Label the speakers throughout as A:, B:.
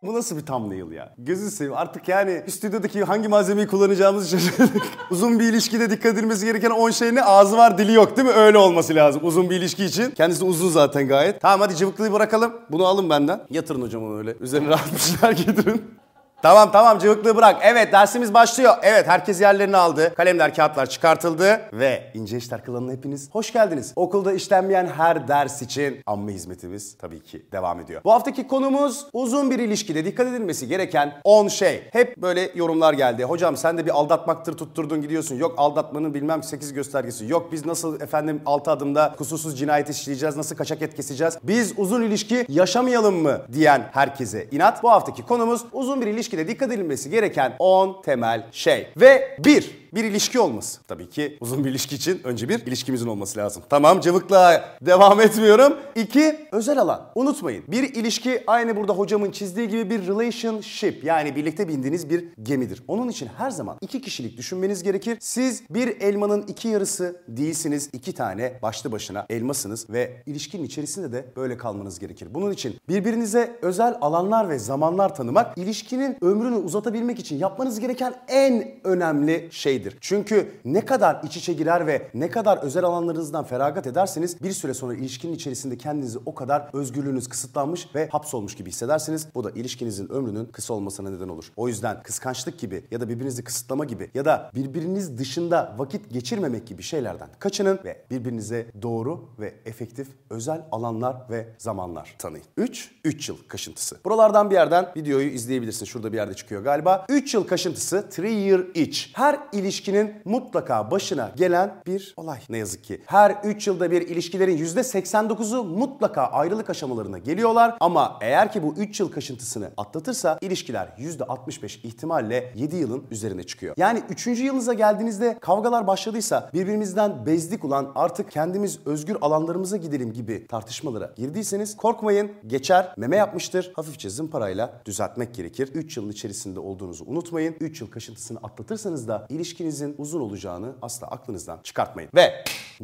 A: Bu nasıl bir thumbnail ya? Gözünü seveyim artık yani stüdyodaki hangi malzemeyi kullanacağımızı şaşırdık. Uzun bir ilişkide dikkat edilmesi gereken 10 şey ne? Ağzı var dili yok değil mi? Öyle olması lazım uzun bir ilişki için. Kendisi uzun zaten gayet. Tamam hadi cıvıklıyı bırakalım. Bunu alın benden. Yatırın hocam onu öyle. Üzerine rahat bir şeyler giydirin. Tamam cıvıklığı bırak. Evet dersimiz başlıyor. Evet herkes yerlerini aldı. Kalemler kağıtlar çıkartıldı. Ve İnce İşler Klanı'na hepiniz hoş geldiniz. Okulda işlenmeyen her ders için amme hizmetimiz tabii ki devam ediyor. Bu haftaki konumuz uzun bir ilişkide dikkat edilmesi gereken 10 şey. Hep böyle yorumlar geldi. Hocam sen de bir aldatmaktır tutturdun gidiyorsun. Yok aldatmanın bilmem 8 göstergesi. Yok biz nasıl efendim 6 adımda kusursuz cinayet işleyeceğiz. Nasıl kaçak et keseceğiz. Biz uzun ilişki yaşamayalım mı diyen herkese inat. Bu haftaki konumuz uzun bir ilişkide dikkat edilmesi gereken 10 temel şey. Ve bir ilişki olması. Tabii ki uzun bir ilişki için önce bir ilişkimizin olması lazım. Tamam cıvıkla devam etmiyorum. 2 özel alan. Unutmayın bir ilişki aynı burada hocamın çizdiği gibi bir relationship yani birlikte bindiğiniz bir gemidir. Onun için her zaman 2 kişilik düşünmeniz gerekir. Siz bir elmanın 2 yarısı değilsiniz. 2 tane başlı başına elmasınız ve ilişkinin içerisinde de böyle kalmanız gerekir. Bunun için birbirinize özel alanlar ve zamanlar tanımak ilişkinin ömrünü uzatabilmek için yapmanız gereken en önemli şeydir. Çünkü ne kadar iç içe girer ve ne kadar özel alanlarınızdan feragat ederseniz bir süre sonra ilişkinin içerisinde kendinizi o kadar özgürlüğünüz kısıtlanmış ve hapsolmuş gibi hissedersiniz. Bu da ilişkinizin ömrünün kısa olmasına neden olur. O yüzden kıskançlık gibi ya da birbirinizi kısıtlama gibi ya da birbiriniz dışında vakit geçirmemek gibi şeylerden kaçının ve birbirinize doğru ve efektif özel alanlar ve zamanlar tanıyın. 3 yıl kaşıntısı. Buralardan bir yerden videoyu izleyebilirsin. Şurada bir yerde çıkıyor galiba. 3 yıl kaşıntısı 3 year itch. Her ilişkinin mutlaka başına gelen bir olay ne yazık ki. Her 3 yılda bir ilişkilerin %89'u mutlaka ayrılık aşamalarına geliyorlar. Ama eğer ki bu 3 yıl kaşıntısını atlatırsa ilişkiler %65 ihtimalle 7 yılın üzerine çıkıyor. Yani 3. yılınıza geldiğinizde kavgalar başladıysa birbirimizden bezdik ulan artık kendimiz özgür alanlarımıza gidelim gibi tartışmalara girdiyseniz korkmayın geçer meme yapmıştır. Hafifçe zımparayla düzeltmek gerekir. 3 yılın içerisinde olduğunuzu unutmayın. 3 yıl kaşıntısını atlatırsanız da ilişkinizin uzun olacağını asla aklınızdan çıkartmayın. Ve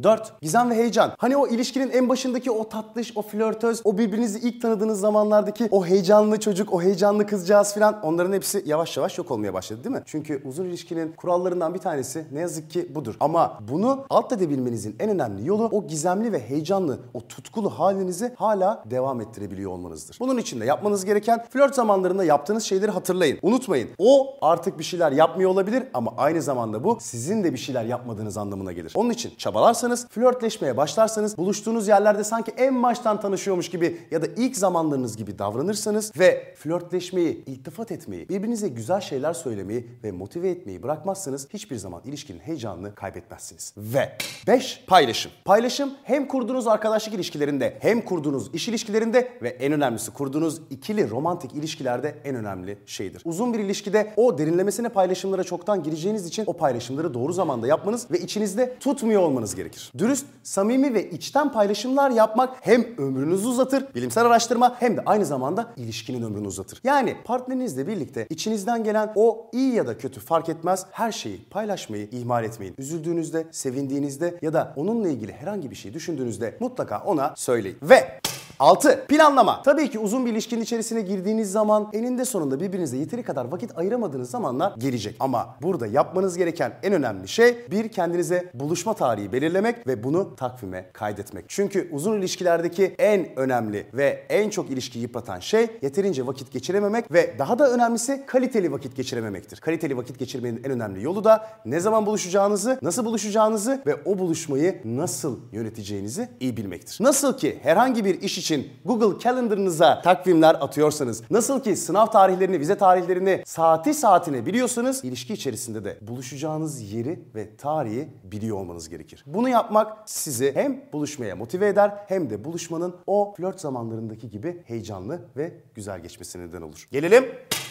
A: 4 gizem ve heyecan. Hani o ilişkinin en başındaki o tatlış, o flörtöz, o birbirinizi ilk tanıdığınız zamanlardaki o heyecanlı çocuk, o heyecanlı kızcağız falan onların hepsi yavaş yavaş yok olmaya başladı değil mi? Çünkü uzun ilişkinin kurallarından bir tanesi ne yazık ki budur. Ama bunu alt edebilmenizin en önemli yolu o gizemli ve heyecanlı, o tutkulu halinizi hala devam ettirebiliyor olmanızdır. Bunun için de yapmanız gereken flört zamanlarında yaptığınız şeyleri hatırlayın. Unutmayın. O artık bir şeyler yapmıyor olabilir ama aynı zamanda bu sizin de bir şeyler yapmadığınız anlamına gelir. Onun için çabalarsanız, flörtleşmeye başlarsanız, buluştuğunuz yerlerde sanki en baştan tanışıyormuş gibi ya da ilk zamanlarınız gibi davranırsanız ve flörtleşmeyi, iltifat etmeyi, birbirinize güzel şeyler söylemeyi ve motive etmeyi bırakmazsanız hiçbir zaman ilişkinin heyecanını kaybetmezsiniz. Ve 5 paylaşım. Paylaşım hem kurduğunuz arkadaşlık ilişkilerinde hem kurduğunuz iş ilişkilerinde ve en önemlisi kurduğunuz ikili romantik ilişkilerde en önemli şeydir. Uzun bir ilişkide o derinlemesine paylaşımlara çoktan gireceğiniz için o paylaşımları doğru zamanda yapmanız ve içinizde tutmuyor olmanız gerekir. Dürüst, samimi ve içten paylaşımlar yapmak hem ömrünüzü uzatır, bilimsel araştırma hem de aynı zamanda ilişkinin ömrünü uzatır. Yani partnerinizle birlikte içinizden gelen o iyi ya da kötü fark etmez her şeyi paylaşmayı ihmal etmeyin. Üzüldüğünüzde, sevindiğinizde ya da onunla ilgili herhangi bir şey düşündüğünüzde mutlaka ona söyleyin. Ve 6 planlama. Tabii ki uzun bir ilişkinin içerisine girdiğiniz zaman eninde sonunda birbirinize yeteri kadar vakit ayıramadığınız zamanlar gelecek. Ama burada yapmanız gereken en önemli şey bir kendinize buluşma tarihi belirlemek ve bunu takvime kaydetmek. Çünkü uzun ilişkilerdeki en önemli ve en çok ilişkiyi yıpratan şey yeterince vakit geçirememek ve daha da önemlisi kaliteli vakit geçirememektir. Kaliteli vakit geçirmenin en önemli yolu da ne zaman buluşacağınızı, nasıl buluşacağınızı ve o buluşmayı nasıl yöneteceğinizi iyi bilmektir. Nasıl ki herhangi bir iş için Google Calendar'ınıza takvimler atıyorsanız, nasıl ki sınav tarihlerini, vize tarihlerini saati saatine biliyorsanız, ilişki içerisinde de buluşacağınız yeri ve tarihi biliyor olmanız gerekir. Bunu yapmak sizi hem buluşmaya motive eder hem de buluşmanın o flört zamanlarındaki gibi heyecanlı ve güzel geçmesine neden olur. Gelelim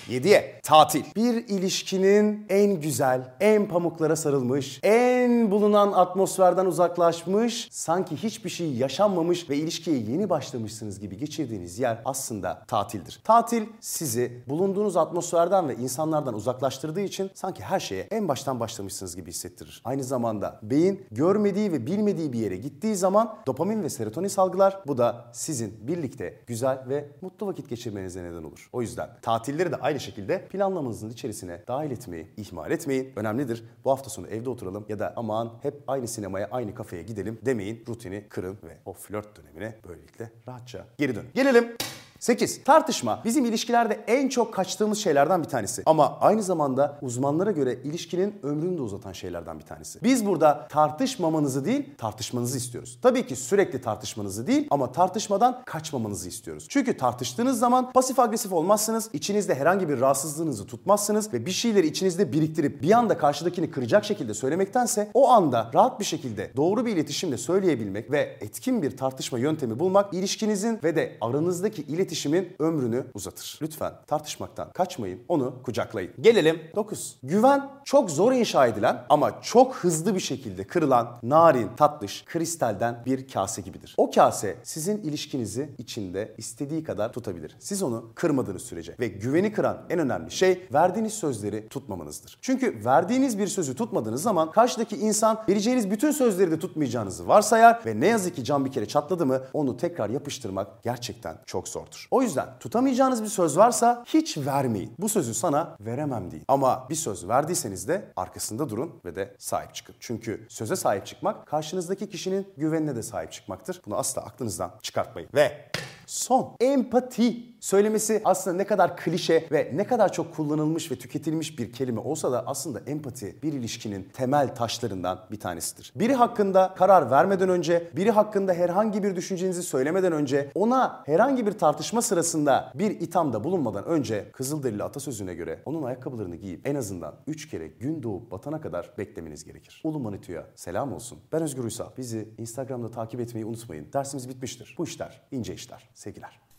A: 7'ye tatil. Bir ilişkinin en güzel, en pamuklara sarılmış, en bulunan atmosferden uzaklaşmış, sanki hiçbir şey yaşanmamış ve ilişkiye yeni başlamışsınız gibi geçirdiğiniz yer aslında tatildir. Tatil sizi bulunduğunuz atmosferden ve insanlardan uzaklaştırdığı için sanki her şeye en baştan başlamışsınız gibi hissettirir. Aynı zamanda beyin görmediği ve bilmediği bir yere gittiği zaman dopamin ve serotonin salgılar. Bu da sizin birlikte güzel ve mutlu vakit geçirmenize neden olur. O yüzden tatilleri de aynı şekilde planlamanızın içerisine dahil etmeyi ihmal etmeyin. Önemlidir. Bu hafta sonu evde oturalım ya da aman hep aynı sinemaya, aynı kafeye gidelim demeyin. Rutini kırın ve o flört dönemine böylelikle rahatça geri dönün. Gelelim 8. Tartışma bizim ilişkilerde en çok kaçtığımız şeylerden bir tanesi. Ama aynı zamanda uzmanlara göre ilişkinin ömrünü de uzatan şeylerden bir tanesi. Biz burada tartışmamanızı değil, tartışmanızı istiyoruz. Tabii ki sürekli tartışmanızı değil ama tartışmadan kaçmamanızı istiyoruz. Çünkü tartıştığınız zaman pasif agresif olmazsınız, içinizde herhangi bir rahatsızlığınızı tutmazsınız ve bir şeyleri içinizde biriktirip bir anda karşıdakini kıracak şekilde söylemektense o anda rahat bir şekilde doğru bir iletişimle söyleyebilmek ve etkin bir tartışma yöntemi bulmak ilişkinizin ve de aranızdaki iletişimin ömrünü uzatır. Lütfen tartışmaktan kaçmayın, onu kucaklayın. Gelelim 9. Güven çok zor inşa edilen ama çok hızlı bir şekilde kırılan narin, tatlış, kristalden bir kase gibidir. O kase sizin ilişkinizi içinde istediği kadar tutabilir. Siz onu kırmadığınız sürece ve güveni kıran en önemli şey verdiğiniz sözleri tutmamanızdır. Çünkü verdiğiniz bir sözü tutmadığınız zaman karşıdaki insan vereceğiniz bütün sözleri de tutmayacağınızı varsayar ve ne yazık ki cam bir kere çatladı mı onu tekrar yapıştırmak gerçekten çok zordur. O yüzden tutamayacağınız bir söz varsa hiç vermeyin. Bu sözü sana veremem deyin. Ama bir söz verdiyseniz de arkasında durun ve de sahip çıkın. Çünkü söze sahip çıkmak karşınızdaki kişinin güvenine de sahip çıkmaktır. Bunu asla aklınızdan çıkartmayın. Ve son, empati. Söylemesi aslında ne kadar klişe ve ne kadar çok kullanılmış ve tüketilmiş bir kelime olsa da aslında empati bir ilişkinin temel taşlarından bir tanesidir. Biri hakkında karar vermeden önce, biri hakkında herhangi bir düşüncenizi söylemeden önce, ona herhangi bir tartışma sırasında bir ithamda bulunmadan önce Kızılderili atasözüne göre onun ayakkabılarını giyip en azından 3 kere gün doğup batana kadar beklemeniz gerekir. Ulu Manitu'ya selam olsun. Ben Özgür Uysal. Bizi Instagram'da takip etmeyi unutmayın. Dersimiz bitmiştir. Bu işler ince işler. Sevgiler.